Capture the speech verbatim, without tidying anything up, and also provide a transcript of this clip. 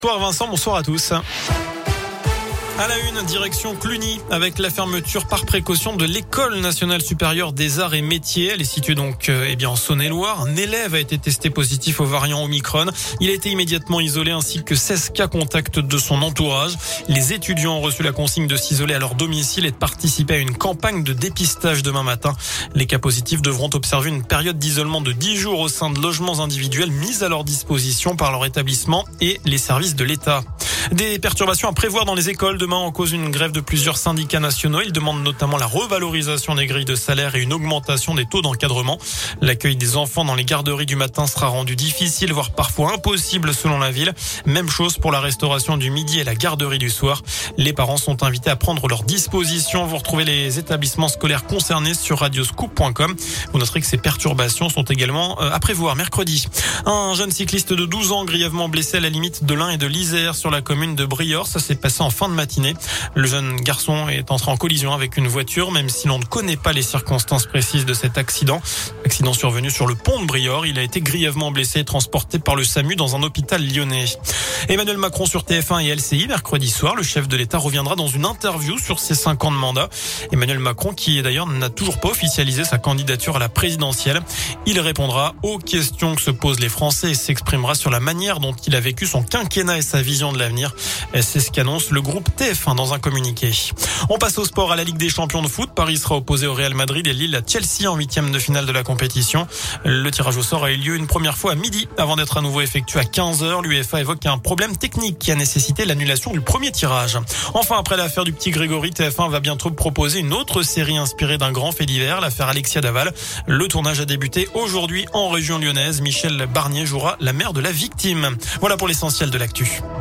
Bonsoir Vincent, bonsoir à tous. À la une, direction Cluny, avec la fermeture par précaution de l'École nationale supérieure des arts et métiers. Elle est située donc euh, eh bien en Saône-et-Loire. Un élève a été testé positif au variant Omicron. Il a été immédiatement isolé ainsi que seize cas contacts de son entourage. Les étudiants ont reçu la consigne de s'isoler à leur domicile et de participer à une campagne de dépistage demain matin. Les cas positifs devront observer une période d'isolement de dix jours au sein de logements individuels mis à leur disposition par leur établissement et les services de l'État. Des perturbations à prévoir dans les écoles. Demain, en cause une grève de plusieurs syndicats nationaux. Ils demandent notamment la revalorisation des grilles de salaire et une augmentation des taux d'encadrement. L'accueil des enfants dans les garderies du matin sera rendu difficile, voire parfois impossible selon la ville. Même chose pour la restauration du midi et la garderie du soir. Les parents sont invités à prendre leurs dispositions. Vous retrouvez les établissements scolaires concernés sur radioscoop point com. Vous noterez que ces perturbations sont également à prévoir mercredi. Un jeune cycliste de douze ans grièvement blessé à la limite de l'Ain et de l'Isère sur la commune de Briord. Ça s'est passé en fin de matinée. Le jeune garçon est entré en collision avec une voiture, même si l'on ne connaît pas les circonstances précises de cet accident. Accident survenu sur le pont de Briord. Il a été grièvement blessé et transporté par le SAMU dans un hôpital lyonnais. Emmanuel Macron sur T F un et L C I mercredi soir. Le chef de l'État reviendra dans une interview sur ses cinq ans de mandat. Emmanuel Macron, qui d'ailleurs n'a toujours pas officialisé sa candidature à la présidentielle. Il répondra aux questions que se posent les Français et s'exprimera sur la manière dont il a vécu son quinquennat et sa vision de l'avenir. C'est ce qu'annonce le groupe T F un dans un communiqué. On passe au sport, à la Ligue des champions de foot. Paris sera opposé au Real Madrid et Lille à Chelsea en huitième de finale de la compétition. Le tirage au sort a eu lieu une première fois à midi avant d'être à nouveau effectué à quinze heures. L'UEFA évoque un problème technique qui a nécessité l'annulation du premier tirage. Enfin, après l'affaire du petit Grégory, T F un va bientôt proposer une autre série inspirée d'un grand fait divers, l'affaire Alexia Daval. Le tournage a débuté aujourd'hui en région lyonnaise. Michel Barnier jouera la mère de la victime. Voilà pour l'essentiel de l'actu.